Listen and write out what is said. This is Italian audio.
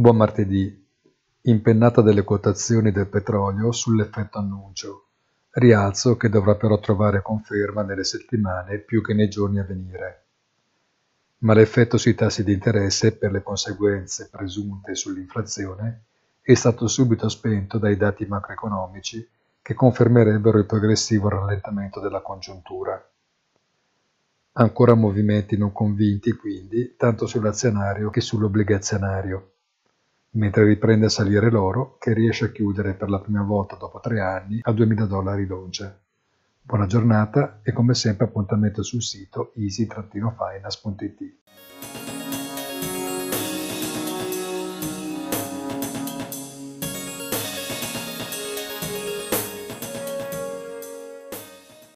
Buon martedì. Impennata delle quotazioni del petrolio sull'effetto annuncio. Rialzo che dovrà però trovare conferma nelle settimane più che nei giorni a venire. Ma l'effetto sui tassi di interesse, per le conseguenze presunte sull'inflazione, è stato subito spento dai dati macroeconomici che confermerebbero il progressivo rallentamento della congiuntura. Ancora movimenti non convinti, quindi, tanto sull'azionario che sull'obbligazionario, mentre riprende a salire l'oro, che riesce a chiudere per la prima volta dopo 3 anni a $2.000 l'oncia. Buona giornata e come sempre appuntamento sul sito easy-finance.it.